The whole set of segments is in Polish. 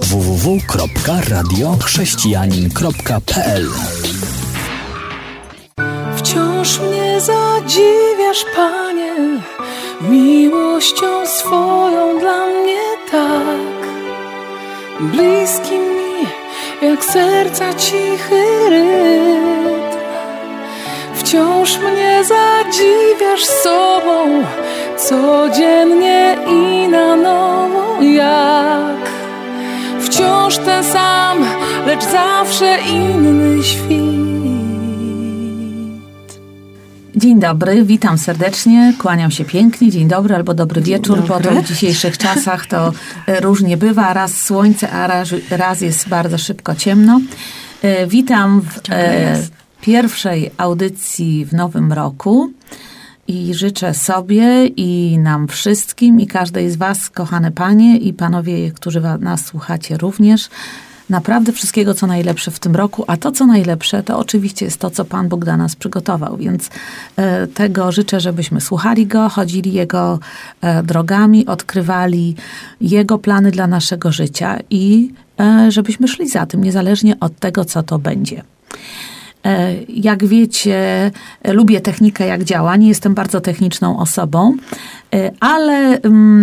www.radiochrześcijanin.pl. Wciąż mnie zadziwiasz, Panie, miłością swoją dla mnie tak. Bliski mi jak serca cichy rytm. Wciąż mnie zadziwiasz sobą, codziennie i na nowo jak. Wciąż ten sam, lecz zawsze inny świt. Dzień dobry, witam serdecznie, kłaniam się pięknie, dzień dobry albo dobry wieczór, bo to w dzisiejszych czasach to różnie bywa, raz słońce, a raz jest bardzo szybko ciemno. Witam w pierwszej audycji w nowym roku i życzę sobie i nam wszystkim i każdej z was, kochane panie i panowie, którzy nas słuchacie również, naprawdę wszystkiego, co najlepsze w tym roku, a to, co najlepsze, to oczywiście jest to, co Pan Bóg dla nas przygotował, więc tego życzę, żebyśmy słuchali Go, chodzili Jego drogami, odkrywali Jego plany dla naszego życia i żebyśmy szli za tym, niezależnie od tego, co to będzie. Jak wiecie, lubię technikę, jak działa. Nie jestem bardzo techniczną osobą, ale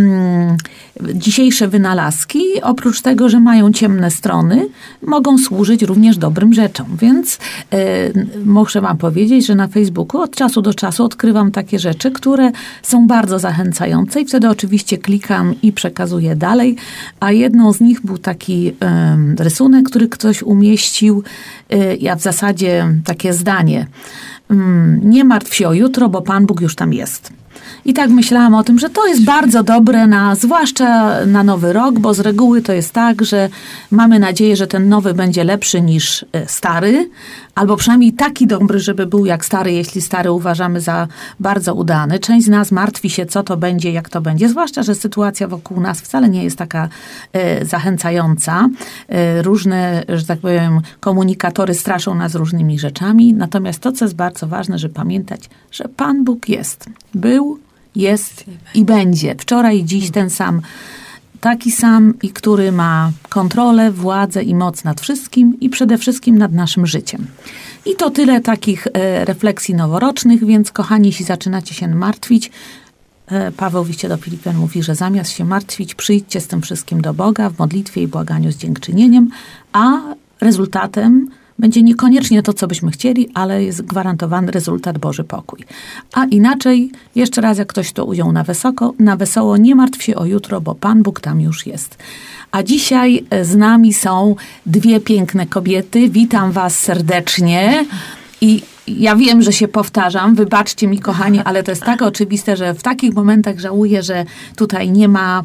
dzisiejsze wynalazki, oprócz tego, że mają ciemne strony, mogą służyć również dobrym rzeczom. Więc muszę wam powiedzieć, że na Facebooku od czasu do czasu odkrywam takie rzeczy, które są bardzo zachęcające i wtedy oczywiście klikam i przekazuję dalej. A jedną z nich był taki rysunek, który ktoś umieścił. Ja w zasadzie takie zdanie. Nie martw się o jutro, bo Pan Bóg już tam jest. I tak myślałam o tym, że to jest bardzo dobre, zwłaszcza na nowy rok, bo z reguły to jest tak, że mamy nadzieję, że ten nowy będzie lepszy niż stary, albo przynajmniej taki dobry, żeby był jak stary, jeśli stary uważamy za bardzo udany. Część z nas martwi się, co to będzie, jak to będzie, zwłaszcza, że sytuacja wokół nas wcale nie jest taka zachęcająca. Różne, że tak powiem, komunikatory straszą nas różnymi rzeczami, natomiast to, co jest bardzo ważne, żeby pamiętać, że Pan Bóg jest, był, jest i będzie. Wczoraj i dziś ten sam, taki sam i który ma kontrolę, władzę i moc nad wszystkim i przede wszystkim nad naszym życiem. I to tyle takich refleksji noworocznych, więc kochani, jeśli zaczynacie się martwić, Paweł w liście do Filipian mówi, że zamiast się martwić, przyjdźcie z tym wszystkim do Boga w modlitwie i błaganiu z dziękczynieniem, a rezultatem będzie niekoniecznie to, co byśmy chcieli, ale jest gwarantowany rezultat, Boży pokój. A inaczej, jeszcze raz, jak ktoś to ujął na wesoło, nie martw się o jutro, bo Pan Bóg tam już jest. A dzisiaj z nami są dwie piękne kobiety. Witam was serdecznie i ja wiem, że się powtarzam, wybaczcie mi, kochani, ale to jest tak oczywiste, że w takich momentach żałuję, że tutaj nie ma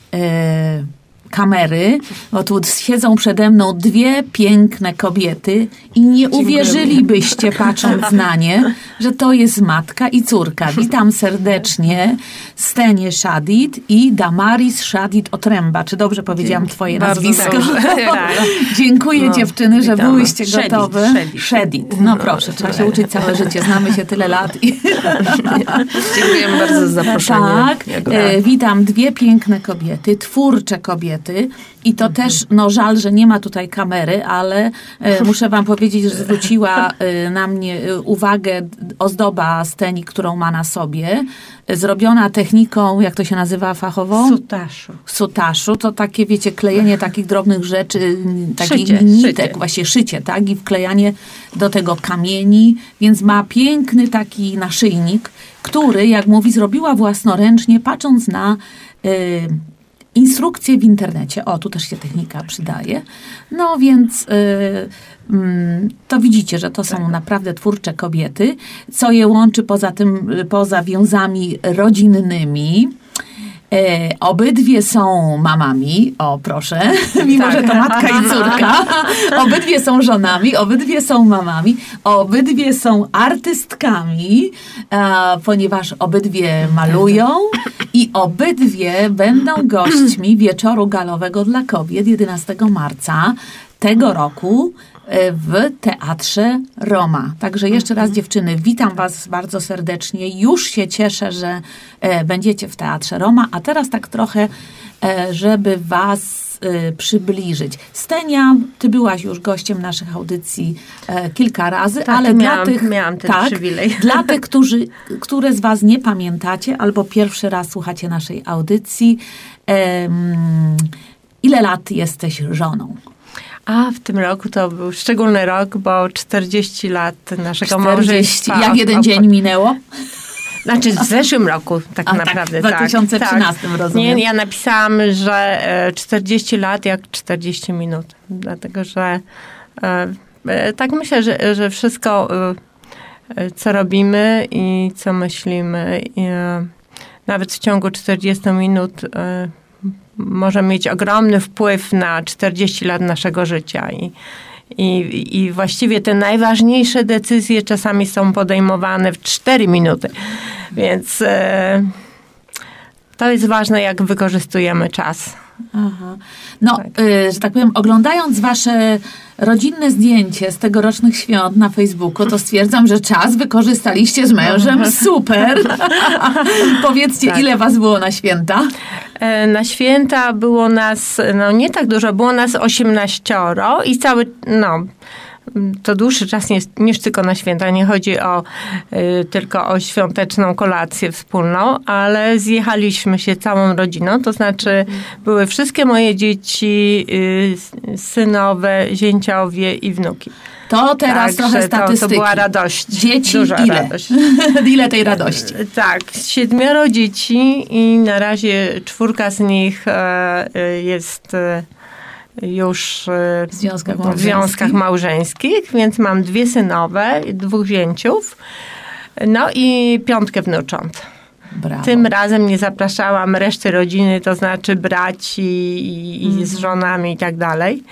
kamery, bo tu siedzą przede mną dwie piękne kobiety i nie uwierzylibyście, patrząc na nie, że to jest matka i córka. Witam serdecznie Stenię Shadid i Damaris Shadid Otręba. Czy dobrze powiedziałam twoje nazwisko? Dziękuję dziewczyny, że byłyście gotowe. Shadid. No proszę, trzeba się uczyć całe życie. Znamy się tyle lat. Dziękujemy bardzo za zaproszenie. Tak. Witam dwie piękne kobiety, twórcze kobiety. I to też, żal, że nie ma tutaj kamery, ale muszę wam powiedzieć, że zwróciła na mnie uwagę ozdoba Steni, którą ma na sobie, zrobiona techniką, jak to się nazywa fachowo? Sutaszu. To takie, wiecie, klejenie takich drobnych rzeczy, takich nitek, właśnie szycie, tak? I wklejanie do tego kamieni, więc ma piękny taki naszyjnik, który, jak mówi, zrobiła własnoręcznie, patrząc na instrukcje w internecie. O, tu też się technika przydaje. No więc to widzicie, że to są naprawdę twórcze kobiety. Co je łączy poza wiązami rodzinnymi? Obydwie są mamami, o proszę, mimo że to matka i córka. Obydwie są żonami, obydwie są mamami, obydwie są artystkami, ponieważ obydwie malują i obydwie będą gośćmi Wieczoru Galowego dla Kobiet 11 marca tego roku w Teatrze Roma. Także jeszcze raz, dziewczyny, witam was bardzo serdecznie. Już się cieszę, że będziecie w Teatrze Roma, a teraz tak trochę, żeby was przybliżyć. Stenia, ty byłaś już gościem naszych audycji kilka razy, ale miałam ten przywilej. Dla tych, które z was nie pamiętacie albo pierwszy raz słuchacie naszej audycji, ile lat jesteś żoną? A w tym roku to był szczególny rok, bo 40 lat naszego małżeństwa. Jak jeden dzień minęło? Znaczy w zeszłym roku tak naprawdę. Tak, w 2013 rozumiem. Nie, ja napisałam, że 40 lat jak 40 minut. Dlatego, że tak myślę, że wszystko, co robimy i co myślimy, nawet w ciągu 40 minut może mieć ogromny wpływ na 40 lat naszego życia. I właściwie te najważniejsze decyzje czasami są podejmowane w 4 minuty. Więc to jest ważne, jak wykorzystujemy czas. Aha. No, tak. Że tak powiem, oglądając wasze rodzinne zdjęcie z tegorocznych świąt na Facebooku, to stwierdzam, że czas wykorzystaliście z mężem super. Powiedzcie, tak. Ile was było na święta? Na święta było nas, nie tak dużo, było nas 18 i cały, to dłuższy czas niż tylko na święta. Nie chodzi tylko o świąteczną kolację wspólną, ale zjechaliśmy się całą rodziną. To znaczy były wszystkie moje dzieci, synowe, zięciowie i wnuki. To teraz trochę statystyki. To była radość. Dzieci duża ile? Radość. Ile tej radości? Tak, 7 dzieci i na razie 4 z nich jest już w związkach małżeńskich, więc mam 2 synowe, 2 zięciów, i 5 wnucząt. Brawo. Tym razem nie zapraszałam reszty rodziny, to znaczy braci i z żonami i tak dalej.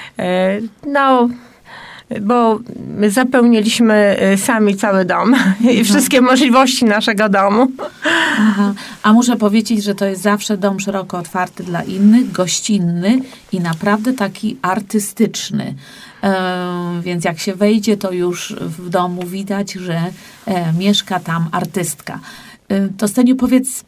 Bo zapełniliśmy sami cały dom i wszystkie możliwości naszego domu. Aha. A muszę powiedzieć, że to jest zawsze dom szeroko otwarty dla innych, gościnny i naprawdę taki artystyczny. Więc jak się wejdzie, to już w domu widać, że mieszka tam artystka. To Steniu, powiedz,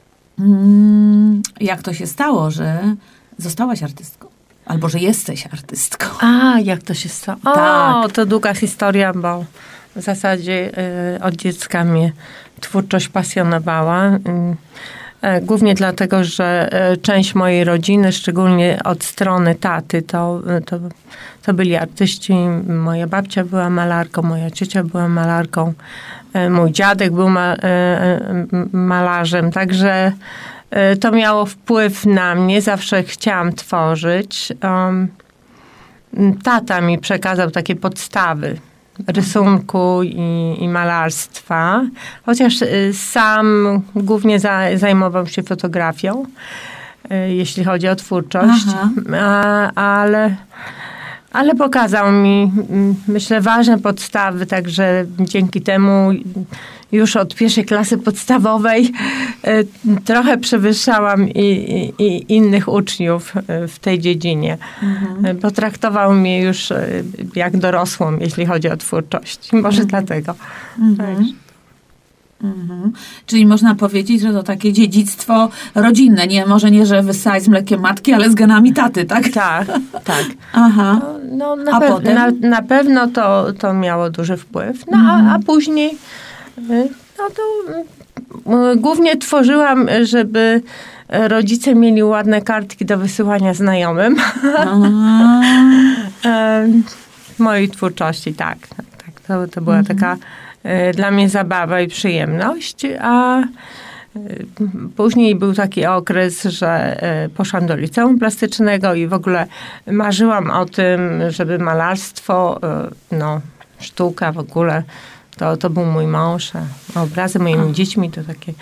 jak to się stało, że zostałaś artystką? Albo, że jesteś artystką. A, jak to się stało? Tak. To długa historia, bo w zasadzie od dziecka mnie twórczość pasjonowała. Głównie dlatego, że część mojej rodziny, szczególnie od strony taty, to byli artyści. Moja babcia była malarką, moja ciocia była malarką, mój dziadek był malarzem, także to miało wpływ na mnie. Zawsze chciałam tworzyć. Tata mi przekazał takie podstawy rysunku i malarstwa. Chociaż sam głównie zajmował się fotografią, jeśli chodzi o twórczość. Ale pokazał mi, myślę, ważne podstawy, także dzięki temu już od 1. klasy podstawowej trochę przewyższałam i innych uczniów w tej dziedzinie. Potraktował mnie już jak dorosłą, jeśli chodzi o twórczość. Może dlatego. Czyli można powiedzieć, że to takie dziedzictwo rodzinne. Może nie, że wyssałeś z mlekiem matki, ale z genami taty, tak? Tak. Aha. Na pewno to miało duży wpływ. A później głównie tworzyłam, żeby rodzice mieli ładne kartki do wysyłania znajomym. Mojej twórczości, tak. To była taka dla mnie zabawa i przyjemność, a później był taki okres, że poszłam do liceum plastycznego i w ogóle marzyłam o tym, żeby malarstwo, sztuka w ogóle, to był mój mąż, a obrazy moimi dziećmi to takie,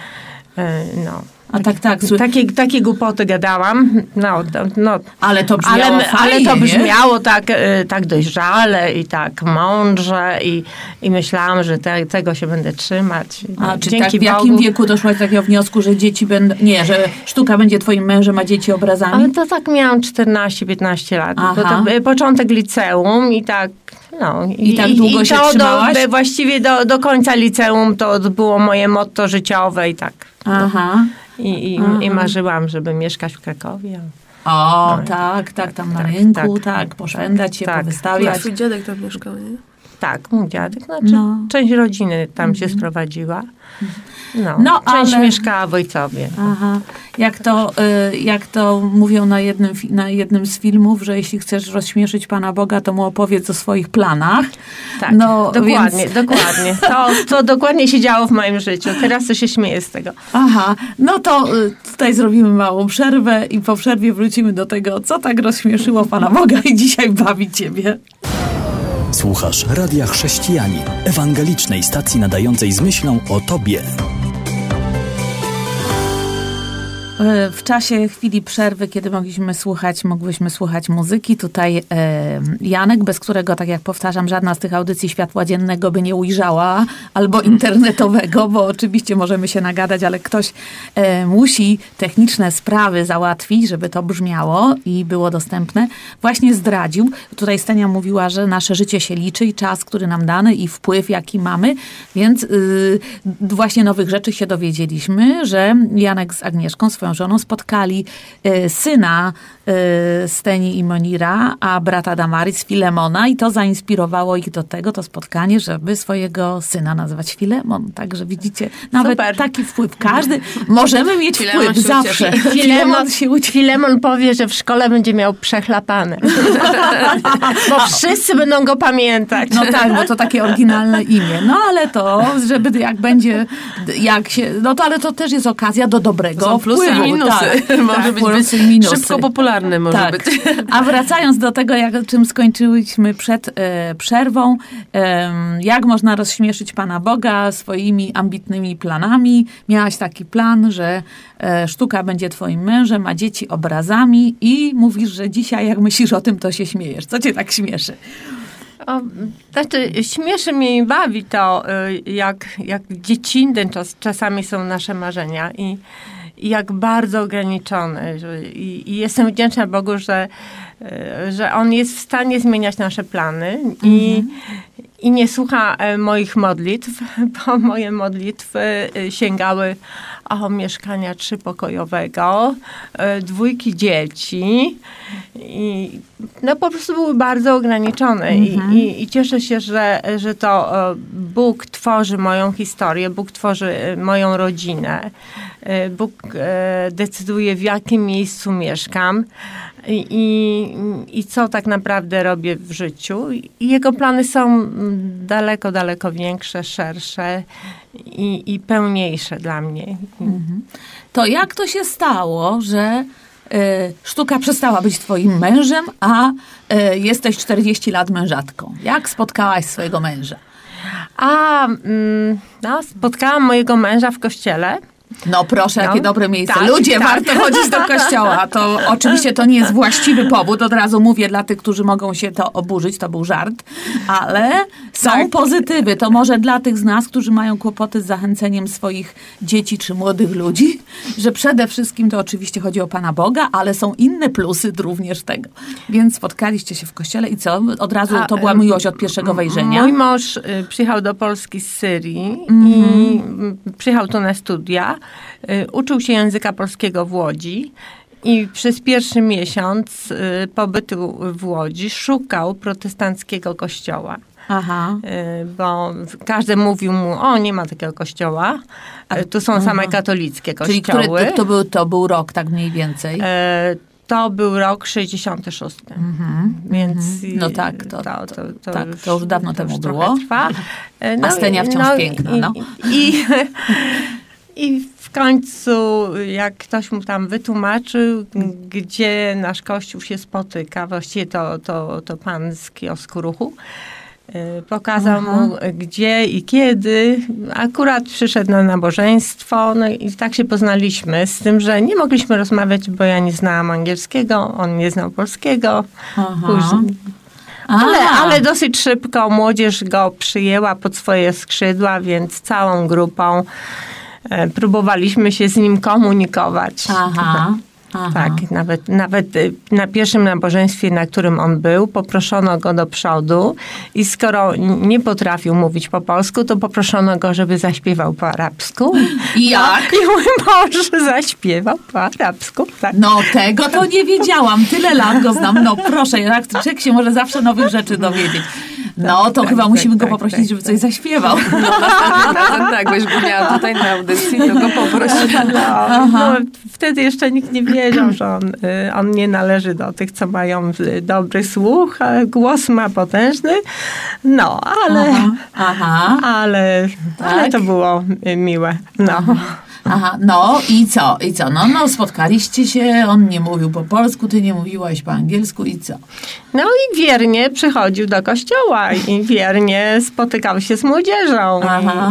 Takie głupoty gadałam. Ale to brzmiało fajnie, ale to brzmiało tak dojrzale i tak mądrze i myślałam, że tego się będę trzymać. Czy w jakim wieku doszłaś do takiego wniosku, że dzieci będą... Nie, że sztuka będzie twoim mężem, a dzieci obrazami? Ale to tak miałam 14-15 lat. To początek liceum i tak... I tak długo się trzymałaś? Właściwie do końca liceum to było moje motto życiowe i tak. I marzyłam, żeby mieszkać w Krakowie. O, tak, tam na rynku, poszwędać się, powystawiać. Twój dziadek tam mieszkał, nie? Tak, mój dziadek. Część rodziny tam się sprowadziła. Część mieszkała w Ojcowie. Aha. Jak to mówią na jednym z filmów, że jeśli chcesz rozśmieszyć Pana Boga, to mu opowiedz o swoich planach. Tak, dokładnie. To dokładnie się działo w moim życiu. Teraz to się śmieję z tego. Aha, no to tutaj zrobimy małą przerwę i po przerwie wrócimy do tego, co tak rozśmieszyło Pana Boga i dzisiaj bawi Ciebie. Słuchasz Radia Chrześcijanin, ewangelicznej stacji nadającej z myślą o Tobie. W czasie chwili przerwy, kiedy mogłyśmy słuchać muzyki, tutaj Janek, bez którego, tak jak powtarzam, żadna z tych audycji światła dziennego by nie ujrzała, albo internetowego, bo oczywiście możemy się nagadać, ale ktoś musi techniczne sprawy załatwić, żeby to brzmiało i było dostępne. Właśnie zdradził. Tutaj Stenia mówiła, że nasze życie się liczy i czas, który nam dany i wpływ, jaki mamy, więc właśnie nowych rzeczy się dowiedzieliśmy, że Janek z Agnieszką, swoją żoną, spotkali syna Steni i Monira, a brata Damaris, Filemona, i to zainspirowało ich do tego, to spotkanie, żeby swojego syna nazwać Filemon. Także widzicie, nawet super. Taki wpływ. Każdy, możemy mieć wpływ zawsze. Filemon powie, że w szkole będzie miał przechlapane. Bo wszyscy będą go pamiętać. No tak, bo to takie oryginalne imię. No ale to, żeby ale to też jest okazja do dobrego są plusy wpływu. I minusy. Może być minusy. Szybko popularny może być. A wracając do tego, czym skończyłyśmy przed przerwą, jak można rozśmieszyć Pana Boga swoimi ambitnymi planami. Miałaś taki plan, że Sztuka będzie twoim mężem, a dzieci obrazami i mówisz, że dzisiaj jak myślisz o tym, to się śmiejesz. Co cię tak śmieszy? Śmieszy mnie i bawi to, jak dziecinne czasami są nasze marzenia i jak bardzo ograniczone. I jestem wdzięczna Bogu, że On jest w stanie zmieniać nasze plany i nie słucha moich modlitw, bo moje modlitwy sięgały mieszkania 3-pokojowego, 2 dzieci i po prostu były bardzo ograniczone. I cieszę się, że to Bóg tworzy moją historię, Bóg tworzy moją rodzinę, Bóg decyduje, w jakim miejscu mieszkam i co tak naprawdę robię w życiu. I Jego plany są daleko, daleko większe, szersze i pełniejsze dla mnie. To jak to się stało, że Sztuka przestała być twoim mężem, a jesteś 40 lat mężatką? Jak spotkałaś swojego męża? Spotkałam mojego męża w kościele. No proszę, jakie dobre miejsce. Ludzie, warto chodzić do kościoła. To oczywiście to nie jest właściwy powód. Od razu mówię dla tych, którzy mogą się to oburzyć. To był żart. Ale są pozytywy. To może dla tych z nas, którzy mają kłopoty z zachęceniem swoich dzieci czy młodych ludzi, że przede wszystkim to oczywiście chodzi o Pana Boga, ale są inne plusy również tego. Więc spotkaliście się w kościele i co? Od razu to była miłość od pierwszego wejrzenia? Mój mąż przyjechał do Polski z Syrii i przyjechał tu na studia. Uczył się języka polskiego w Łodzi i przez pierwszy miesiąc pobytu w Łodzi szukał protestanckiego kościoła. Aha. Bo każdy mówił mu, nie ma takiego kościoła. Tu są same katolickie kościoły. Czyli to był rok tak mniej więcej? To był rok 66. Więc no tak, to już dawno temu było. Trwa. A Stenia wciąż piękna. I w końcu, jak ktoś mu tam wytłumaczył, gdzie nasz kościół się spotyka, właściwie to pan z kiosku ruchu, pokazał mu gdzie i kiedy. Akurat przyszedł na nabożeństwo, i tak się poznaliśmy, z tym, że nie mogliśmy rozmawiać, bo ja nie znałam angielskiego, on nie znał polskiego. Ale dosyć szybko młodzież go przyjęła pod swoje skrzydła, więc całą grupą próbowaliśmy się z nim komunikować. Aha. Tak, nawet na pierwszym nabożeństwie, na którym on był, poproszono go do przodu i skoro nie potrafił mówić po polsku, to poproszono go, żeby zaśpiewał po arabsku. I jak? I mój mąż zaśpiewał po arabsku. Tak. No tego to nie wiedziałam. Tyle lat go znam. No proszę, człowiek się może zawsze nowych rzeczy dowiedzieć. No to chyba musimy go poprosić, żeby coś zaśpiewał. No następnym razem tak, bo już go miała tutaj na audycji, to go poprosimy. No, wtedy jeszcze nikt nie wiedział, że on nie należy do tych, co mają dobry słuch, a głos ma potężny. No, ale to było miłe. No. Aha, no i co? No spotkaliście się, on nie mówił po polsku, ty nie mówiłaś po angielsku i co? No i wiernie przychodził do kościoła i wiernie spotykał się z młodzieżą.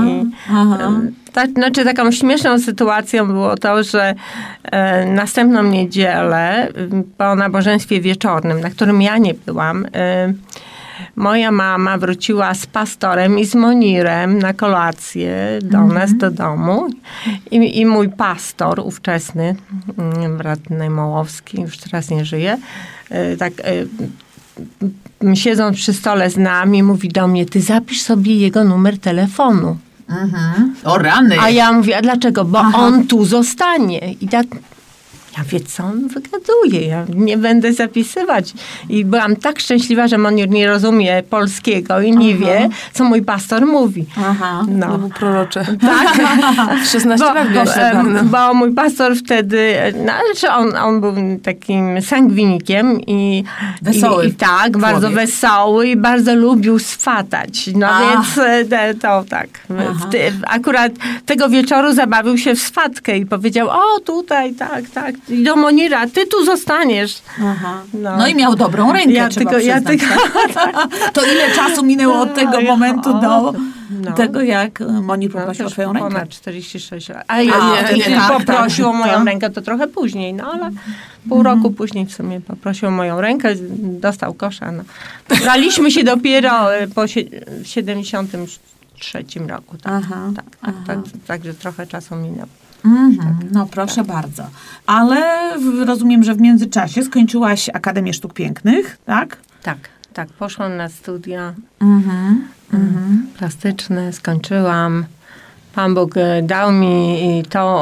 Znaczy taką śmieszną sytuacją było to, że następną niedzielę po nabożeństwie wieczornym, na którym ja nie byłam, moja mama wróciła z pastorem i z Monirem na kolację do nas, do domu. I mój pastor ówczesny, brat Najmołowski, już teraz nie żyje, tak siedząc przy stole z nami, mówi do mnie, ty zapisz sobie jego numer telefonu. O rany! A ja mówię, a dlaczego? Bo on tu zostanie. I tak... Ja wie, co on wygaduje, ja nie będę zapisywać. I byłam tak szczęśliwa, że Monir nie rozumie polskiego i nie wie, co mój pastor mówi. No. To był prorocze. Tak. 16 lat bo mój pastor wtedy, on był takim sangwinikiem i wesoły. I tak, bardzo wesoły i bardzo lubił swatać. No więc to tak. Akurat tego wieczoru zabawił się w swatkę i powiedział, o tutaj, tak. I do Monira, ty tu zostaniesz. No i miał dobrą rękę, trzeba przyznać. To ile czasu minęło od tego momentu do tego, jak Monir poprosił o twoją rękę? Ponad 46 lat. A poprosił o moją rękę, to trochę później, no ale pół roku później w sumie poprosił o moją rękę, dostał kosza. No. Braliśmy się dopiero w 73 roku. Także trochę czasu minęło. No proszę bardzo. Ale rozumiem, że w międzyczasie skończyłaś Akademię Sztuk Pięknych, tak? Tak. Poszłam na studia plastyczne, skończyłam. Pan Bóg dał mi to,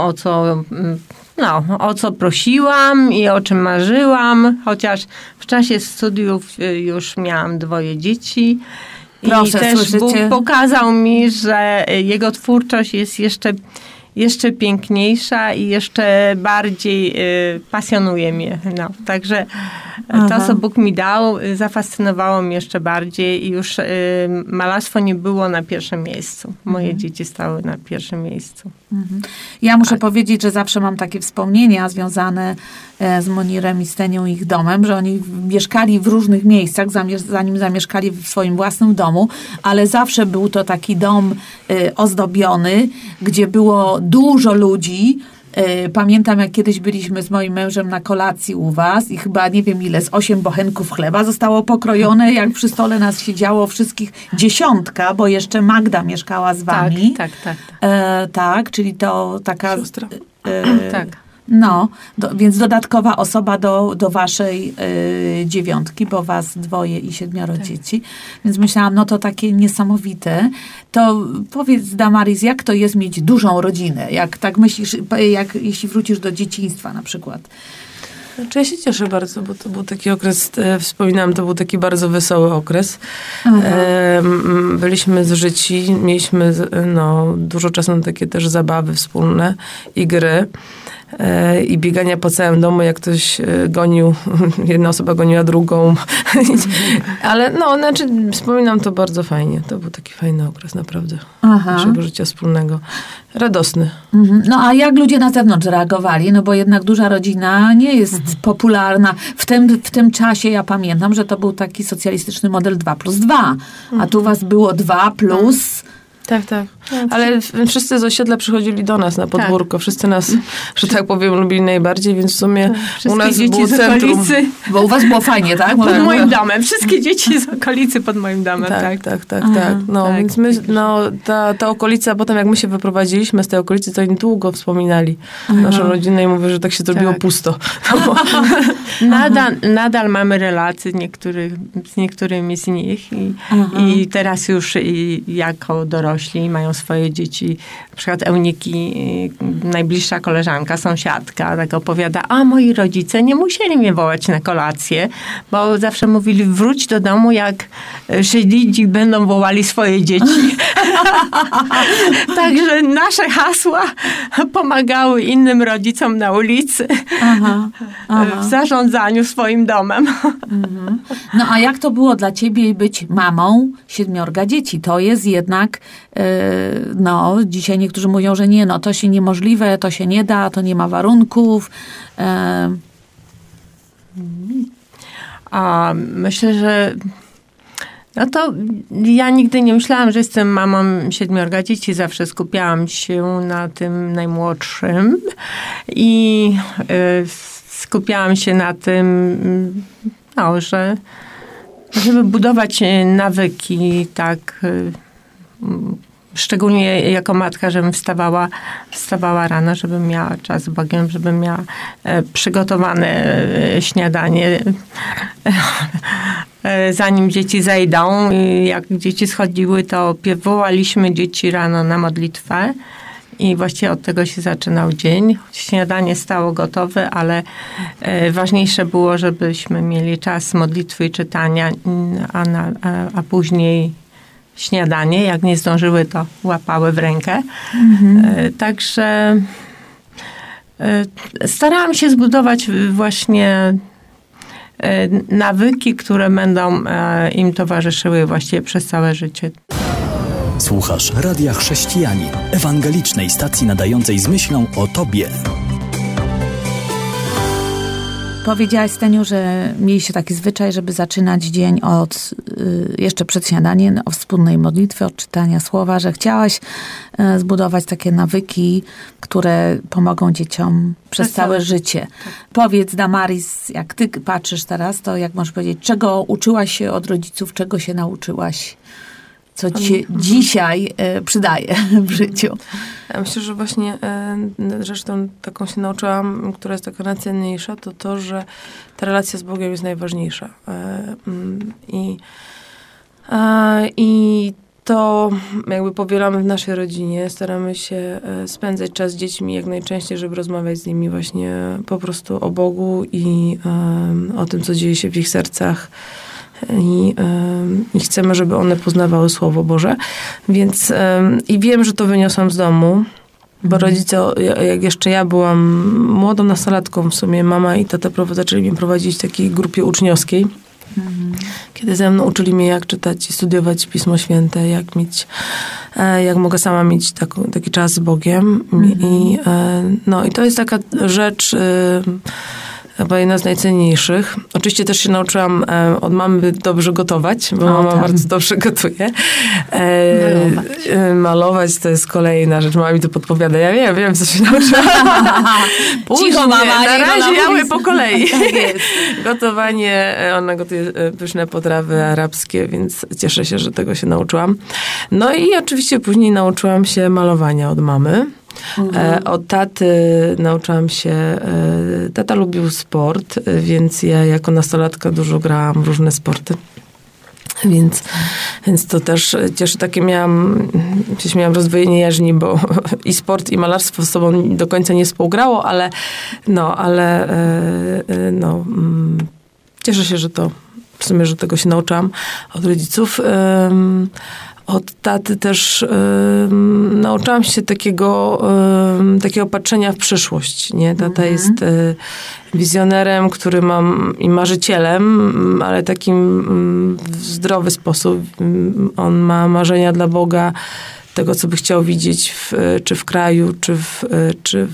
o co prosiłam i o czym marzyłam, chociaż w czasie studiów już miałam 2 dzieci. Proszę, i też słyszycie? Bóg pokazał mi, że Jego twórczość jest jeszcze piękniejsza i jeszcze bardziej pasjonuje mnie. No, także to, co Bóg mi dał, zafascynowało mnie jeszcze bardziej i już malarstwo nie było na pierwszym miejscu. Moje dzieci stały na pierwszym miejscu. Ja muszę powiedzieć, że zawsze mam takie wspomnienia związane z Monirem i Stenią, ich domem, że oni mieszkali w różnych miejscach, zanim zamieszkali w swoim własnym domu, ale zawsze był to taki dom ozdobiony, gdzie było dużo ludzi. Pamiętam, jak kiedyś byliśmy z moim mężem na kolacji u was i chyba nie wiem ile, z 8 bochenków chleba zostało pokrojone, jak przy stole nas siedziało wszystkich 10, bo jeszcze Magda mieszkała z wami. Tak. Tak, czyli to taka... Siostra. Tak. No, więc dodatkowa osoba do waszej 9, bo was 2 i 7 dzieci. Więc myślałam, no to takie niesamowite. To powiedz, Damaris, jak to jest mieć dużą rodzinę? Jak tak myślisz, jeśli wrócisz do dzieciństwa na przykład? Znaczy ja się cieszę bardzo, bo to był taki okres, wspominałam, to był taki bardzo wesoły okres. Byliśmy zżyci, mieliśmy dużo czasu na takie też zabawy wspólne i gry. I biegania po całym domu, jak ktoś gonił, jedna osoba goniła drugą. Ale wspominam to bardzo fajnie. To był taki fajny okres, naprawdę. Naszego życia wspólnego. Radosny. No a jak ludzie na zewnątrz reagowali? No bo jednak duża rodzina nie jest popularna. W tym czasie ja pamiętam, że to był taki socjalistyczny model 2+2. A tu was było 2+... Tak. Ale wszyscy z osiedla przychodzili do nas na podwórko. Wszyscy nas, że tak powiem, lubili najbardziej, więc w sumie u nas było centrum. Bo u was było fajnie, tak? Pod moim domem. Wszystkie dzieci z okolicy pod moim domem, tak. No, więc my, ta okolica, potem jak my się wyprowadziliśmy z tej okolicy, to oni długo wspominali naszą rodzinę i mówię, że tak się zrobiło pusto. Nadal mamy relacje z niektórymi z nich i teraz już jako dorośli mają swoje dzieci. Na przykład Euniki, najbliższa koleżanka, sąsiadka, tak opowiada, a moi rodzice nie musieli mnie wołać na kolację, bo zawsze mówili, wróć do domu, jak Żydzi będą wołali swoje dzieci. Także nasze hasła pomagały innym rodzicom na ulicy w zarządzaniu swoim domem. No a jak to było dla ciebie być mamą 7 dzieci? To jest jednak, dzisiaj niektórzy mówią, że nie, to się niemożliwe, to się nie da, to nie ma warunków. A myślę, że to ja nigdy nie myślałam, że jestem mamą 7 dzieci. Zawsze skupiałam się na tym najmłodszym i skupiałam się na tym, żeby budować nawyki, tak, szczególnie jako matka, żebym wstawała rano, żebym miała czas z Bogiem, żebym miała przygotowane śniadanie, zanim dzieci zejdą. Jak dzieci schodziły, to wołaliśmy dzieci rano na modlitwę. I właściwie od tego się zaczynał dzień. Śniadanie stało gotowe, ale ważniejsze było, żebyśmy mieli czas modlitwy i czytania, a później śniadanie. Jak nie zdążyły, to łapały w rękę. Także starałam się zbudować właśnie nawyki, które będą im towarzyszyły właściwie przez całe życie. Słuchasz Radia Chrześcijanin, ewangelicznej stacji nadającej z myślą o Tobie. Powiedziałaś, Steniu, że mieliście taki zwyczaj, żeby zaczynać dzień od, jeszcze przed śniadaniem, o wspólnej modlitwy, od czytania słowa, że chciałaś zbudować takie nawyki, które pomogą dzieciom przez całe życie. Tak. Powiedz, Damaris, jak ty patrzysz teraz, to jak możesz powiedzieć, czego uczyłaś się od rodziców, czego się nauczyłaś? Co ci się dzisiaj przydaje w życiu? Ja myślę, że właśnie rzeczą taką się nauczyłam, która jest taka najcenniejsza, to, że ta relacja z Bogiem jest najważniejsza. I to jakby powielamy w naszej rodzinie. Staramy się spędzać czas z dziećmi jak najczęściej, żeby rozmawiać z nimi właśnie po prostu o Bogu i o tym, co dzieje się w ich sercach. I chcemy, żeby one poznawały Słowo Boże. Więc i wiem, że to wyniosłam z domu, bo rodzice, jak jeszcze ja byłam młodą nastolatką w sumie, mama i tata zaczęli mnie prowadzić w takiej grupie uczniowskiej, kiedy ze mną uczyli mnie, jak czytać i studiować Pismo Święte, jak mogę sama mieć taki czas z Bogiem. I to jest taka rzecz, chyba jedna z najcenniejszych. Oczywiście też się nauczyłam od mamy dobrze gotować, bo mama bardzo dobrze gotuje. Malować to jest kolejna rzecz. Mama mi to podpowiada. Ja wiem, co się nauczyłam. Cicho, mama. Na razie miały po kolei. Gotowanie. Ona gotuje pyszne potrawy arabskie, więc cieszę się, że tego się nauczyłam. No i oczywiście później nauczyłam się malowania od mamy. Od taty nauczyłam się, tata lubił sport, więc ja jako nastolatka dużo grałam w różne sporty. Więc to też cieszy, takie miałam rozdwojenie jaźni, bo i sport, i malarstwo z sobą do końca nie współgrało, ale cieszę się, że to w sumie, że tego się nauczyłam od rodziców. Od taty też nauczyłam się takiego patrzenia w przyszłość. Nie? Tata jest wizjonerem, który i marzycielem, ale takim w zdrowy sposób. On ma marzenia dla Boga, tego, co by chciał widzieć czy w kraju, czy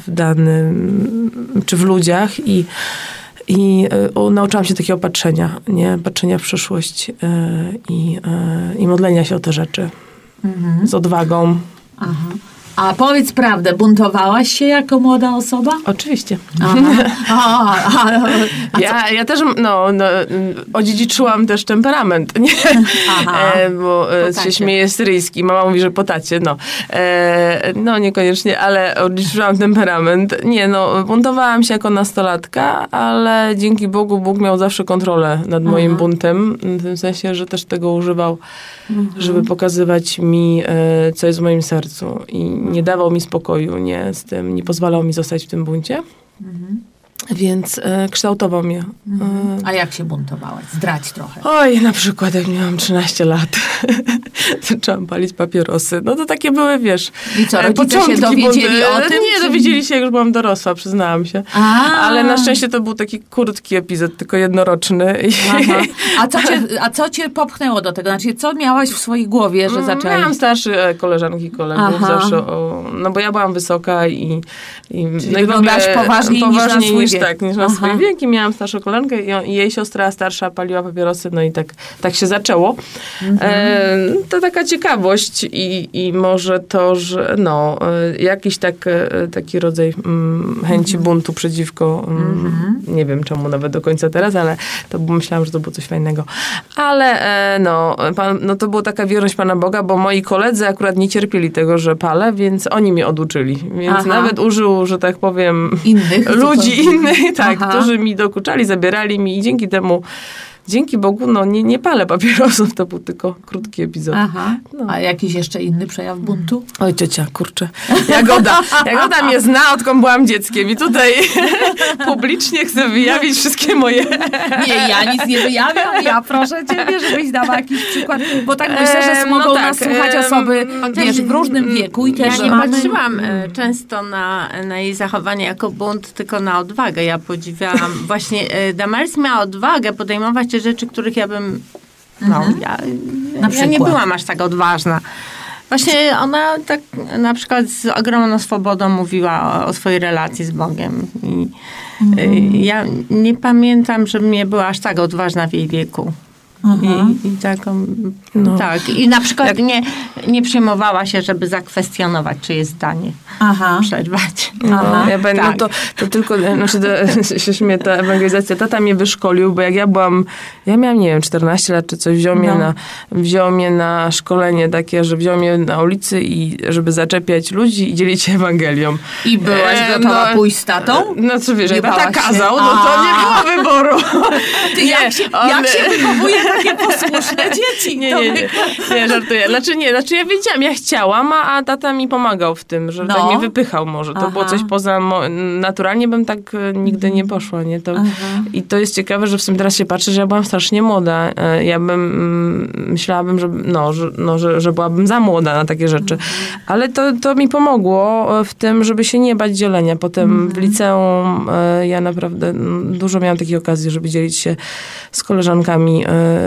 w ludziach. I nauczyłam się takiego patrzenia w przyszłość i modlenia się o te rzeczy. z odwagą. Aha. A powiedz prawdę, buntowałaś się jako młoda osoba? Oczywiście. Aha. Ja też odziedziczyłam też temperament, nie? Bo się śmieje syryjski. Mama mówi, że po tacie, no niekoniecznie, ale odziedziczyłam temperament. Nie, buntowałam się jako nastolatka, ale dzięki Bogu Bóg miał zawsze kontrolę nad moim buntem. W tym sensie, że też tego używał, żeby pokazywać mi, co jest w moim sercu. I nie dawał mi spokoju, nie pozwalał mi zostać w tym buncie. Więc kształtował mnie. A jak się buntowałaś? Zdradź trochę. Oj, na przykład jak miałam 13 lat, zaczęłam palić papierosy. No to takie były, wiesz... I co, rodzice się dowiedzieli o tym? Nie, dowiedzieli się, jak już byłam dorosła, przyznałam się. Ale na szczęście to był taki krótki epizod, tylko jednoroczny. A co cię popchnęło do tego? Znaczy, co miałaś w swojej głowie, że zaczęłaś? Miałam starsze koleżanki i kolegów zawsze. Bo ja byłam wysoka i wyglądałaś poważniej niż na swoje wieki. Miałam starszą koleżankę i jej siostra starsza paliła papierosy, no i tak się zaczęło. To taka ciekawość i może to, że jakiś taki rodzaj chęci buntu przeciwko, nie wiem czemu nawet do końca teraz, ale to myślałam, że to było coś fajnego. Ale to była taka wierność Pana Boga, bo moi koledzy akurat nie cierpieli tego, że palę, więc oni mnie oduczyli. Więc nawet użył, że tak powiem, ludzi innych, którzy mi dokuczali, zabierali mi i dzięki temu, dzięki Bogu, nie palę papierosów, to był tylko krótki epizod. A jakiś jeszcze inny przejaw buntu? Oj, ciocia, kurczę. Jagoda mnie zna, odkąd byłam dzieckiem i tutaj publicznie chcę wyjawić wszystkie moje... Nie, ja nic nie wyjawiam, ja proszę ciebie, żebyś dała jakiś przykład, bo tak myślę, że mogą nas słuchać osoby, w różnym wieku i też... Ja nie patrzyłam często na jej zachowanie jako bunt, tylko na odwagę. Ja podziwiałam właśnie, Damaris miała odwagę podejmować te rzeczy, których ja bym... Ja nie byłam aż tak odważna. Właśnie ona tak na przykład z ogromną swobodą mówiła o swojej relacji z Bogiem. Ja nie pamiętam, że mnie była aż tak odważna w jej wieku. I taką... Tak. I na przykład nie przejmowała się, żeby zakwestionować czyjeś zdanie. Przerwać. To tylko, się śmieje ta ewangelizacja. Tata mnie wyszkolił, bo jak ja miałam, nie wiem, 14 lat czy coś, wziął mnie na szkolenie takie, że wziął mnie na ulicy i żeby zaczepiać ludzi i dzielić się Ewangelią. I byłaś gotowa pójść z tatą? No co wiesz, jak tata kazał, to nie było wyboru. Jak się wychowuje takie posłuszne dzieci? Nie, żartuję. Znaczy ja wiedziałam, ja chciałam, a tata mi pomagał w tym, że tak mnie wypychał może. To było coś poza... Naturalnie bym tak nigdy nie poszła, nie? I to jest ciekawe, że w sumie teraz się patrzy, że ja byłam strasznie młoda. Ja myślałabym, że byłabym za młoda na takie rzeczy. Ale to mi pomogło w tym, żeby się nie bać dzielenia. Potem w liceum ja naprawdę dużo miałam takich okazji, żeby dzielić się z koleżankami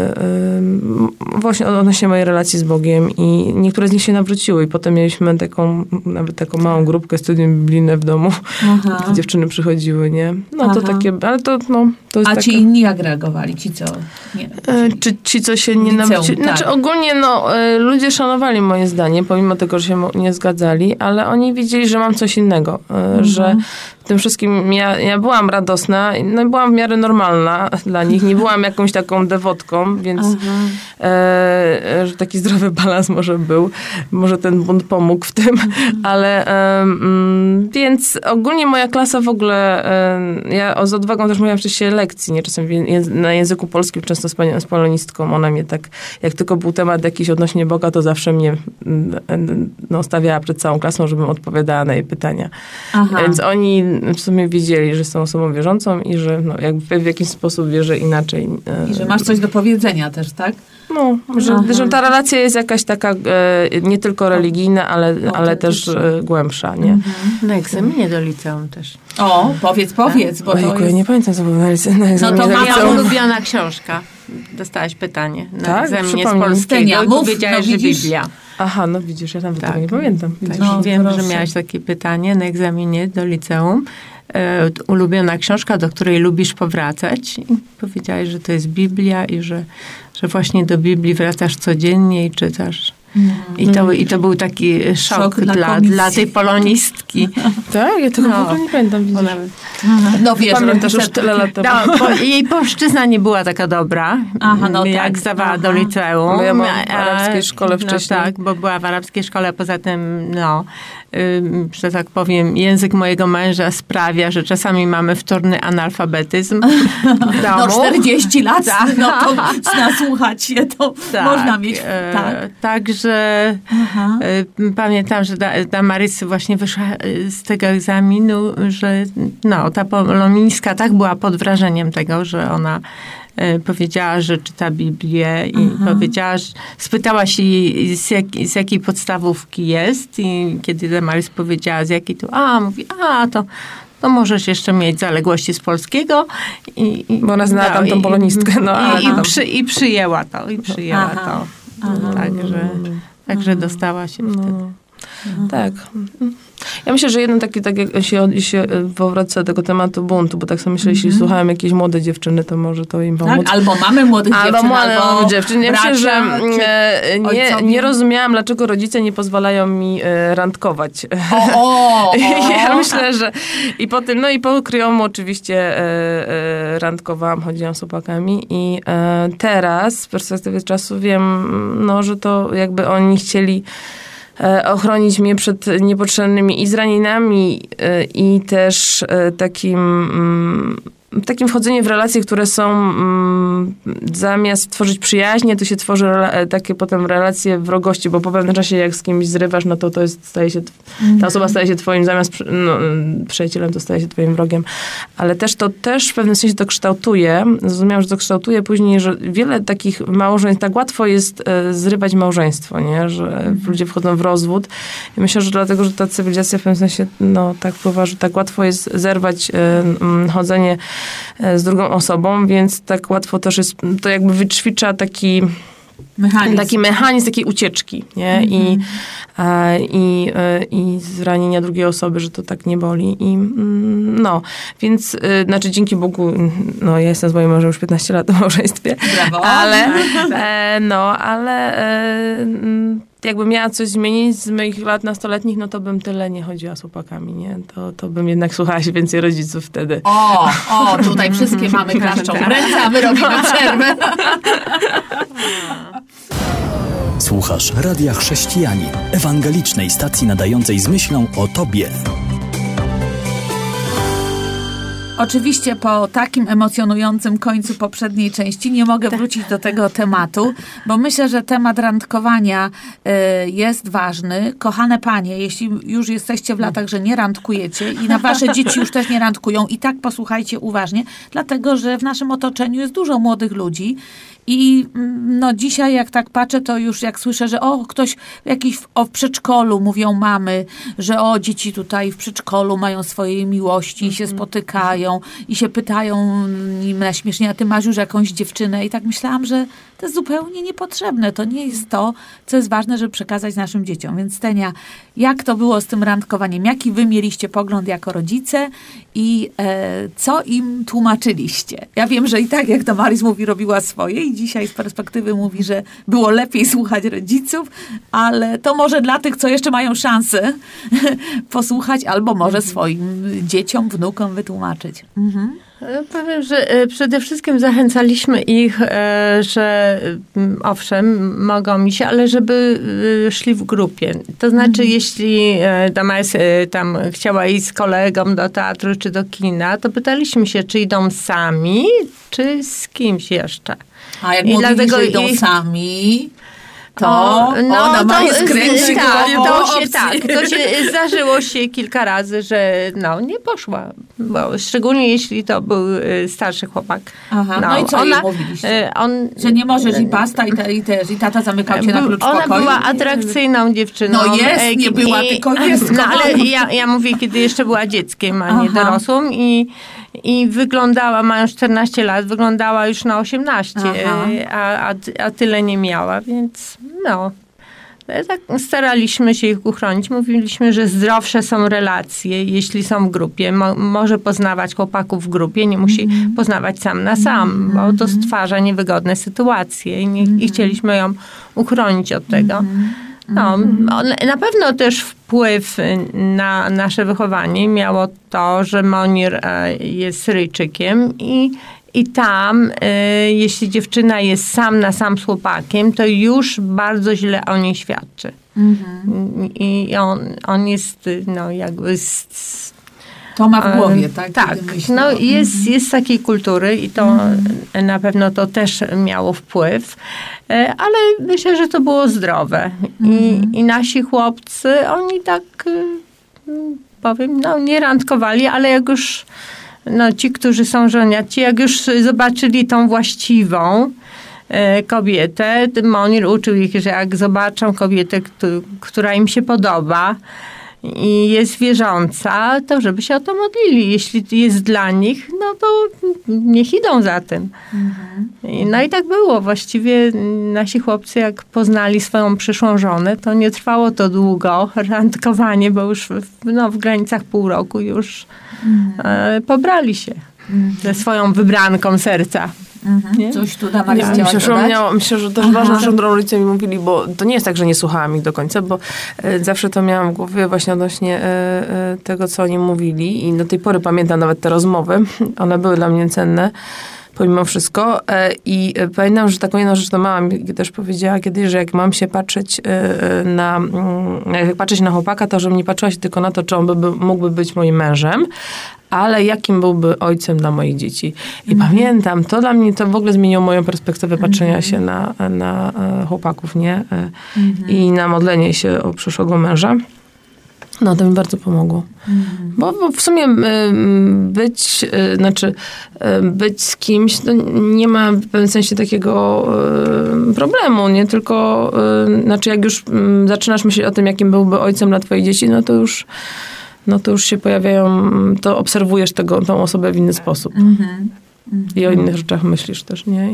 właśnie odnośnie mojej relacji z Bogiem i niektóre z nich się nawróciły i potem mieliśmy nawet taką małą grupkę studium biblijne w domu, gdzie dziewczyny przychodziły, nie? To takie, ale to jest A ci inni jak reagowali? Ci co? Nie, czy ci, co się nie nawrócili? Znaczy ogólnie ludzie szanowali moje zdanie, pomimo tego, że się nie zgadzali, ale oni widzieli, że mam coś innego, że w tym wszystkim ja byłam radosna, byłam w miarę normalna dla nich, nie byłam jakąś taką dewotką, więc że taki zdrowy balans może ten bunt pomógł w tym, ale więc ogólnie moja klasa w ogóle, ja z odwagą też mówiłam wcześniej lekcji, nie? Czasem na języku polskim, często z polonistką, ona mnie tak, jak tylko był temat jakiś odnośnie Boga, to zawsze mnie stawiała przed całą klasą, żebym odpowiadała na jej pytania. Więc oni w sumie wiedzieli, że jestem osobą wierzącą i że jakby w jakiś sposób wierzę inaczej. I że masz coś do powiedzenia też, tak? Że ta relacja jest jakaś taka nie tylko religijna, ale też głębsza, nie? Na egzaminie do liceum też. O, powiedz, bo Ojku, to jest... ja nie pamiętam, co było na egzaminie to do moja liceum. Ulubiona książka. Dostałaś pytanie na egzaminie z Przypomnij. polskiego i powiedziałaś, że Biblia. Aha, widzisz, ja nawet tego nie pamiętam. Wiem, proszę. że miałaś takie pytanie na egzaminie do liceum. Ulubiona książka, do której lubisz powracać. I powiedziałaś, że to jest Biblia i że właśnie do Biblii wracasz codziennie i czytasz. I to był taki szok dla tej polonistki. Tak? Ja tego w ogóle nie pamiętam. No wiesz, pamiętasz już tyle lat temu. Jej polszczyzna nie była taka dobra, jak zdawała do liceum. Bo ja byłam w arabskiej szkole wcześniej. No tak, bo była w arabskiej szkole, poza tym, że tak powiem, język mojego męża sprawia, że czasami mamy wtórny analfabetyzm w domu. 40 lat, no to nasłuchać się, to można mieć. Także pamiętam, że Damaris właśnie wyszła z tego egzaminu, że ta polonistka tak była pod wrażeniem tego, że ona powiedziała, że czyta Biblię i spytała się jej, z jakiej podstawówki jest i kiedy Damaris powiedziała z jakiej, to mówi, to możesz jeszcze mieć zaległości z polskiego. Bo ona znała tam tą polonistkę. I przyjęła to. Także dostała się wtedy. Tak. Ja myślę, że jeden taki, tak jak się powraca do tego tematu buntu, bo tak sobie myślę, jeśli słuchałem jakieś młode dziewczyny, to może to im pomóc. Tak, albo mamy młodych dziewczyn, albo dziewczyn. Ja myślę, że nie rozumiałam, dlaczego rodzice nie pozwalają mi randkować. Ja myślę, że i po tym, i po kryjomu oczywiście randkowałam, chodziłam z chłopakami i teraz z perspektywy czasu wiem, że to jakby oni chcieli ochronić mnie przed niepotrzebnymi i zraninami i też takim wchodzeniem w relacje, które są zamiast tworzyć przyjaźnie, to się tworzy takie potem relacje wrogości, bo po pewnym czasie jak z kimś zrywasz, to ta osoba staje się twoim, zamiast przyjacielem, to staje się twoim wrogiem. Ale to też w pewnym sensie to kształtuje. Zrozumiałam, że to kształtuje później, że wiele takich małżeństw, tak łatwo jest zrywać małżeństwo, nie? Że ludzie wchodzą w rozwód. I myślę, że dlatego, że ta cywilizacja w pewnym sensie tak wpływa, że tak łatwo jest zerwać chodzenie z drugą osobą, więc tak łatwo też jest, to jakby wyćwicza taki mechanizm takiej ucieczki, nie? I zranienia drugiej osoby, że to tak nie boli. Więc dzięki Bogu, ja jestem z moim mężem już 15 lat w małżeństwie. Brawo. Ale jakbym miała coś zmienić z moich lat nastoletnich, to bym tyle nie chodziła z chłopakami, nie? To bym jednak słuchała się więcej rodziców wtedy. Tutaj wszystkie mamy klaszczą w ręce, a my robimy przerwę. Słuchasz Radia Chrześcijanin, ewangelicznej stacji nadającej z myślą o Tobie. Oczywiście po takim emocjonującym końcu poprzedniej części nie mogę wrócić do tego tematu, bo myślę, że temat randkowania jest ważny. Kochane panie, jeśli już jesteście w latach, że nie randkujecie i na wasze dzieci już też nie randkują, i tak posłuchajcie uważnie, dlatego że w naszym otoczeniu jest dużo młodych ludzi i dzisiaj jak tak patrzę, to już jak słyszę, że ktoś w przedszkolu mówią mamy, że dzieci tutaj w przedszkolu mają swoje miłości i się spotykają i się pytają im na śmiesznie, a ty masz już jakąś dziewczynę, i tak myślałam, że to jest zupełnie niepotrzebne. To nie jest to, co jest ważne, żeby przekazać naszym dzieciom. Więc Stenia, jak to było z tym randkowaniem? Jaki wy mieliście pogląd jako rodzice i co im tłumaczyliście? Ja wiem, że i tak, jak Damaris mówi, robiła swoje i dzisiaj z perspektywy mówi, że było lepiej słuchać rodziców, ale to może dla tych, co jeszcze mają szansę posłuchać, albo może swoim dzieciom, wnukom wytłumaczyć. Powiem, że przede wszystkim zachęcaliśmy ich, że owszem, mogą mi się, ale żeby szli w grupie. To znaczy, jeśli Damaris tam chciała iść z kolegą do teatru czy do kina, to pytaliśmy się, czy idą sami, czy z kimś jeszcze. A jak mówili, że idą sami, to Damaris kręci to się zdarzyło się kilka razy, że nie poszła. Bo szczególnie jeśli to był starszy chłopak. I co jej mówiliście? Że nie możesz i pasta i tata zamykał cię na klucz pokoju? Ona była atrakcyjną dziewczyną. Nie była, tylko jest. Ale ja mówię, kiedy jeszcze była dzieckiem, a nie dorosłą i wyglądała, mając 14 lat, wyglądała już na 18, a tyle nie miała, więc tak staraliśmy się ich uchronić. Mówiliśmy, że zdrowsze są relacje, jeśli są w grupie. Może poznawać chłopaków w grupie, nie musi poznawać sam na sam, bo to stwarza niewygodne sytuacje i chcieliśmy ją uchronić od tego. No, na pewno też wpływ na nasze wychowanie miało to, że Monir jest Syryjczykiem i tam, jeśli dziewczyna jest sam na sam z chłopakiem, to już bardzo źle o niej świadczy. I on jest, no jakby... To ma w głowie, tak? Tak, no jest takiej kultury i to na pewno to też miało wpływ, ale myślę, że to było zdrowe. I nasi chłopcy, oni tak, powiem, no nie randkowali, ale jak już, no ci, którzy są żoniaci, jak już zobaczyli tą właściwą kobietę, Monir uczył ich, że jak zobaczą kobietę, która im się podoba, i jest wierząca, to żeby się o to modlili. Jeśli jest dla nich, no to niech idą za tym. No i tak było. Właściwie nasi chłopcy, jak poznali swoją przyszłą żonę, to nie trwało to długo, randkowanie, bo już w granicach pół roku już pobrali się ze swoją wybranką serca. Coś tu Maria myślę, że też ważne, że rodzice mi mówili, bo to nie jest tak, że nie słuchałam ich do końca, bo zawsze to miałam w głowie właśnie odnośnie tego, co oni mówili i do tej pory pamiętam nawet te rozmowy. One były dla mnie cenne, pomimo wszystko. I pamiętam, że taką jedną rzecz to mama mi też powiedziała kiedyś, że jak mam się patrzeć na chłopaka, to żebym nie patrzyła się tylko na to, czy on mógłby być moim mężem, ale jakim byłby ojcem dla moich dzieci. I pamiętam, to dla mnie to w ogóle zmieniło moją perspektywę patrzenia się na chłopaków, nie? I na modlenie się o przyszłego męża. No, to mi bardzo pomogło. Bo w sumie być z kimś to nie ma w pewnym sensie takiego problemu, nie? Tylko, jak już zaczynasz myśleć o tym, jakim byłby ojcem dla twoich dzieci, no to już się pojawiają, to obserwujesz tą osobę w inny sposób. I o innych rzeczach myślisz też, nie?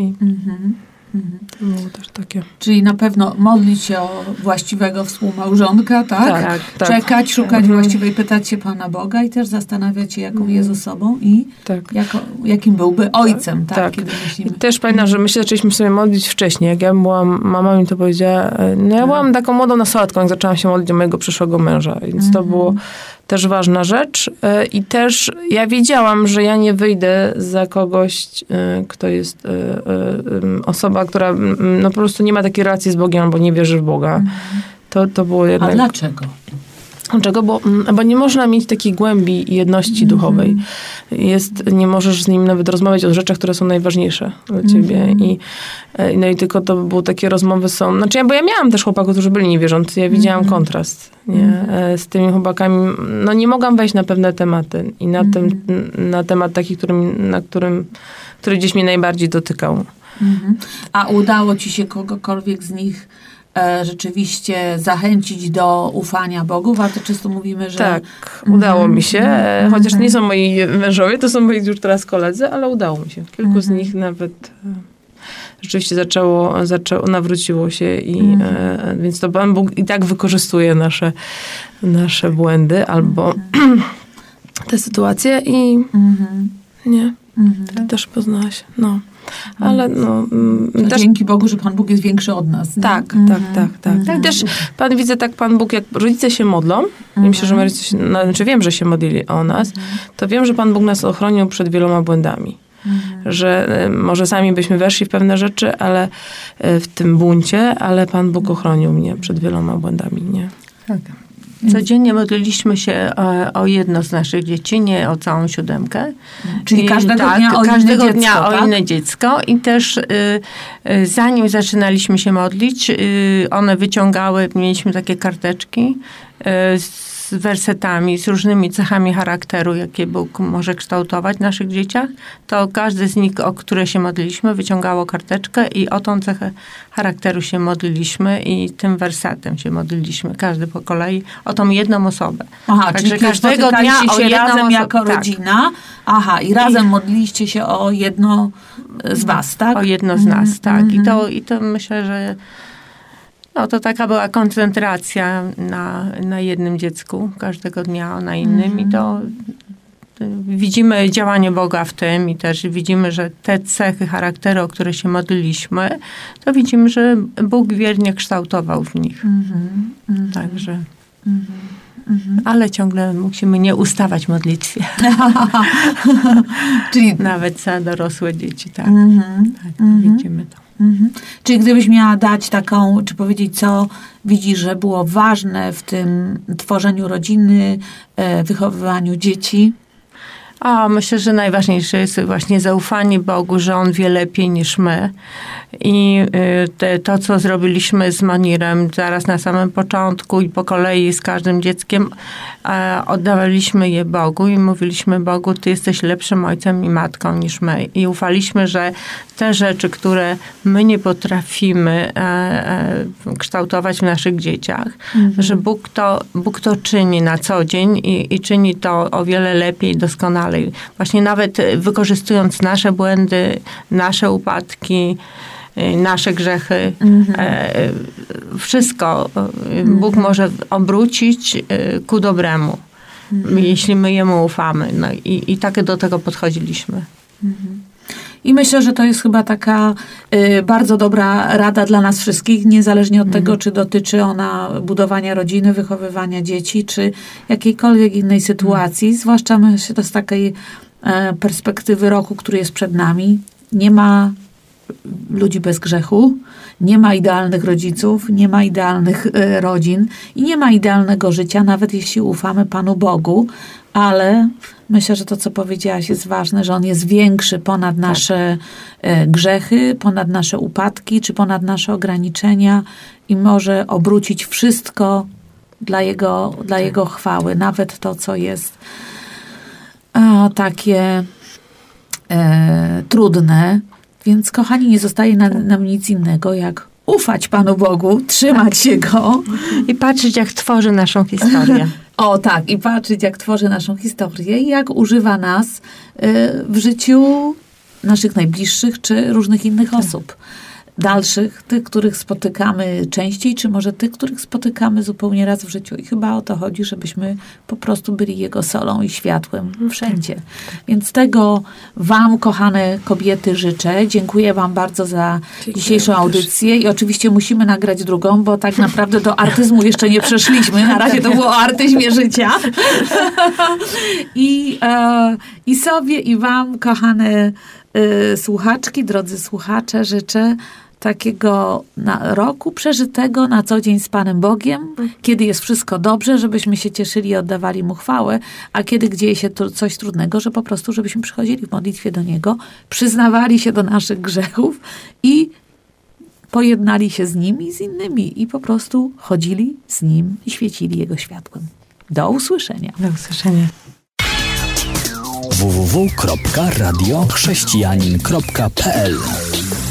To było też takie. Czyli na pewno modlić się o właściwego współmałżonka, tak? Tak. Czekać, szukać właściwej, pytać się Pana Boga i też zastanawiać się, jaką jest osobą i jakim byłby ojcem, tak? Kiedy myślimy. I też pamiętam, że my się zaczęliśmy sobie modlić wcześniej. Jak ja byłam, mama mi to powiedziała, ja byłam taką młodą nastolatką, jak zaczęłam się modlić o mojego przyszłego męża. Więc to było też ważna rzecz. I też ja wiedziałam, że ja nie wyjdę za kogoś, kto jest osoba, która no po prostu nie ma takiej relacji z Bogiem, albo nie wierzy w Boga. To było jednak... A dlaczego? Dlaczego? Bo nie można mieć takiej głębi i jedności duchowej. Nie możesz z nim nawet rozmawiać o rzeczach, które są najważniejsze dla ciebie. No i tylko to były takie rozmowy bo ja miałam też chłopaków, którzy byli niewierzący. Ja widziałam kontrast, nie? Z tymi chłopakami. No nie mogłam wejść na pewne tematy. I na temat taki, który gdzieś mnie najbardziej dotykał. A udało ci się kogokolwiek z nich rzeczywiście zachęcić do ufania Bogu? Warto często mówimy, że... Tak, udało mi się. Chociaż nie są moi mężowie, to są moi już teraz koledzy, ale udało mi się. Kilku z nich nawet rzeczywiście nawróciło się więc to Pan Bóg i tak wykorzystuje nasze błędy albo te sytuacje i nie, też poznałaś. No. Ale też... Dzięki Bogu, że Pan Bóg jest większy od nas. Nie? Tak. I też widzę tak Pan Bóg, jak rodzice się modlą, i myślę, że wiem, że się modlili o nas, to wiem, że Pan Bóg nas ochronił przed wieloma błędami. Że może sami byśmy weszli w pewne rzeczy, ale w tym buncie, ale Pan Bóg ochronił mnie przed wieloma błędami, nie? Tak. Codziennie modliliśmy się o jedno z naszych dzieci, nie o całą 7. Czyli każdego dnia o inne dziecko. I też zanim zaczynaliśmy się modlić, one wyciągały, mieliśmy takie karteczki z wersetami, z różnymi cechami charakteru, jakie Bóg może kształtować w naszych dzieciach, to każdy z nich, o które się modliliśmy, wyciągało karteczkę i o tą cechę charakteru się modliliśmy i tym wersetem się modliliśmy, każdy po kolei, o tą jedną osobę. Także czyli każdego dnia o jedną razem jako rodzina. I razem modliliście się o jedno z was, tak? O jedno z nas, tak. I to myślę, że to taka była koncentracja na jednym dziecku każdego dnia, na innym i to widzimy działanie Boga w tym i też widzimy, że te cechy charakteru, o które się modliliśmy, to widzimy, że Bóg wiernie kształtował w nich. Także... Ale ciągle musimy nie ustawać w modlitwie. Czyli nawet za dorosłe dzieci, tak. Widzimy to. Czyli gdybyś miała dać taką, czy powiedzieć, co widzisz, że było ważne w tym tworzeniu rodziny, wychowywaniu dzieci? Myślę, że najważniejsze jest właśnie zaufanie Bogu, że On wie lepiej niż my. I to, co zrobiliśmy z Monirem zaraz na samym początku i po kolei z każdym dzieckiem, oddawaliśmy je Bogu i mówiliśmy Bogu, Ty jesteś lepszym ojcem i matką niż my. I ufaliśmy, że te rzeczy, które my nie potrafimy kształtować w naszych dzieciach, że Bóg to czyni na co dzień i czyni to o wiele lepiej i doskonalej. Właśnie nawet wykorzystując nasze błędy, nasze upadki, nasze grzechy, wszystko Bóg może obrócić ku dobremu, jeśli my Jemu ufamy. No i tak do tego podchodziliśmy. I myślę, że to jest chyba taka bardzo dobra rada dla nas wszystkich, niezależnie od tego, czy dotyczy ona budowania rodziny, wychowywania dzieci, czy jakiejkolwiek innej sytuacji. Zwłaszcza myślę, to z takiej perspektywy roku, który jest przed nami. Nie ma ludzi bez grzechu, nie ma idealnych rodziców, nie ma idealnych rodzin i nie ma idealnego życia, nawet jeśli ufamy Panu Bogu, ale myślę, że to, co powiedziałaś, jest ważne, że On jest większy ponad nasze grzechy, ponad nasze upadki, czy ponad nasze ograniczenia i może obrócić wszystko dla Jego chwały. Nawet to, co jest takie trudne. Więc, kochani, nie zostaje nam nic innego, jak ufać Panu Bogu, trzymać się Go. I patrzeć, jak tworzy naszą historię. O tak, i patrzeć, jak tworzy naszą historię i jak używa nas w życiu naszych najbliższych, czy różnych innych osób. Dalszych, tych, których spotykamy częściej, czy może tych, których spotykamy zupełnie raz w życiu. I chyba o to chodzi, żebyśmy po prostu byli Jego solą i światłem wszędzie. Więc tego Wam, kochane kobiety, życzę. Dziękuję Wam bardzo za dzisiejszą audycję. I oczywiście musimy nagrać drugą, bo tak naprawdę do artyzmu jeszcze nie przeszliśmy. Na razie to było o artyzmie życia. I sobie, i Wam, kochane słuchaczki, drodzy słuchacze, życzę takiego roku przeżytego na co dzień z Panem Bogiem, kiedy jest wszystko dobrze, żebyśmy się cieszyli i oddawali Mu chwałę, a kiedy dzieje się coś trudnego, że po prostu żebyśmy przychodzili w modlitwie do Niego, przyznawali się do naszych grzechów i pojednali się z Nim i z innymi i po prostu chodzili z Nim i świecili Jego światłem. Do usłyszenia. Do usłyszenia. www.radiochrześcijanin.pl